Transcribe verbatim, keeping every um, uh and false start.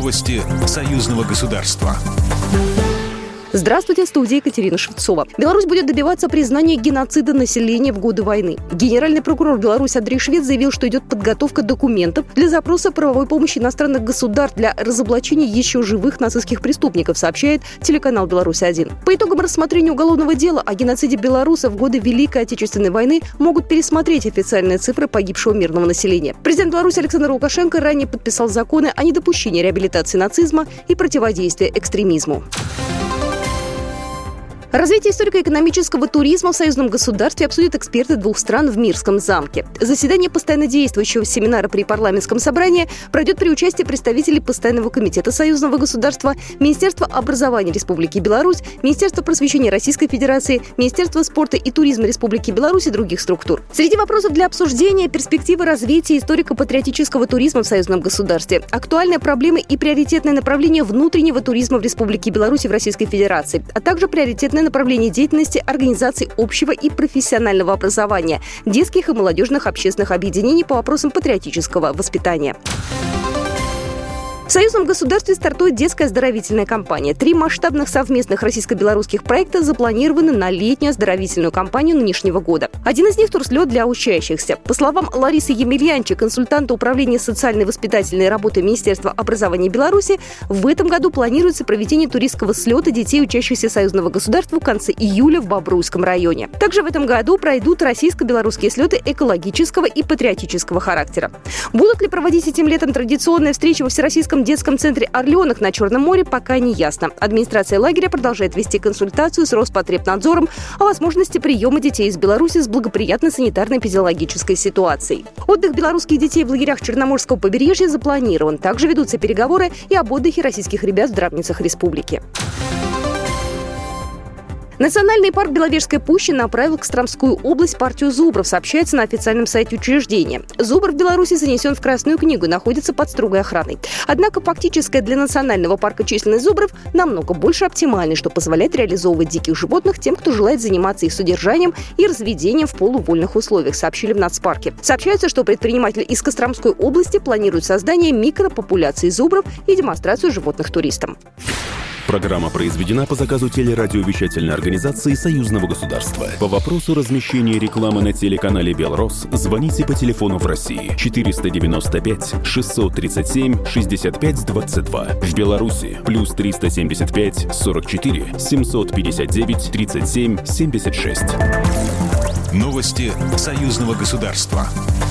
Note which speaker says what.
Speaker 1: Новости союзного государства.
Speaker 2: Здравствуйте, в студии Екатерина Шевцова. Беларусь будет добиваться признания геноцида населения в годы войны. Генеральный прокурор Беларуси Андрей Швец заявил, что идет подготовка документов для запроса правовой помощи иностранных государств для разоблачения еще живых нацистских преступников, сообщает телеканал «Беларусь-один». По итогам рассмотрения уголовного дела о геноциде белорусов в годы Великой Отечественной войны могут пересмотреть официальные цифры погибшего мирного населения. Президент Беларуси Александр Лукашенко ранее подписал законы о недопущении реабилитации нацизма и противодействии экстремизму. Развитие историко-экономического туризма в союзном государстве обсудят эксперты двух стран в Мирском замке. Заседание постоянно действующего семинара при парламентском собрании пройдет при участии представителей Постоянного комитета союзного государства, Министерства образования Республики Беларусь, Министерства просвещения Российской Федерации, Министерства спорта и туризма Республики Беларусь и других структур. Среди вопросов для обсуждения – перспективы развития историко-патриотического туризма в союзном государстве, актуальные проблемы и приоритетное направление внутреннего туризма в Республике Беларусь и в Российской Федерации, а также приоритетное направление деятельности организаций общего и профессионального образования, детских и молодежных общественных объединений по вопросам патриотического воспитания. В союзном государстве стартует детская оздоровительная кампания. Три масштабных совместных российско-белорусских проекта запланированы на летнюю оздоровительную кампанию нынешнего года. Один из них – турслет для учащихся. По словам Ларисы Емельянчик, консультанта управления социальной и воспитательной работы Министерства образования Беларуси, в этом году планируется проведение туристского слета детей, учащихся союзного государства в конце июля в Бобруйском районе. Также в этом году пройдут российско-белорусские слеты экологического и патриотического характера. Будут ли проводить этим летом традиционные встречи во Всероссийском детском центре «Орленок» на Черном море, пока не ясно. Администрация лагеря продолжает вести консультацию с Роспотребнадзором о возможности приема детей из Беларуси с благоприятной санитарно-эпидемиологической ситуацией. Отдых белорусских детей в лагерях Черноморского побережья запланирован. Также ведутся переговоры и об отдыхе российских ребят в здравницах республики. Национальный парк Беловежская пуща направил в Костромскую область партию зубров, сообщается на официальном сайте учреждения. Зубр в Беларуси занесен в Красную книгу и находится под строгой охраной. Однако фактическая для национального парка численность зубров намного больше оптимальной, что позволяет реализовывать диких животных тем, кто желает заниматься их содержанием и разведением в полувольных условиях, сообщили в нацпарке. Сообщается, что предприниматели из Костромской области планируют создание микропопуляции зубров и демонстрацию животных туристам.
Speaker 3: Программа произведена по заказу телерадиовещательной организации Союзного государства. По вопросу размещения рекламы на телеканале «Белрос» звоните по телефону в России четыреста девяносто пять шестьсот тридцать семь шестьдесят пять двадцать два. В Беларуси плюс триста семьдесят пять сорок четыре семьсот пятьдесят девять тридцать семь семьдесят шесть.
Speaker 1: Новости союзного государства.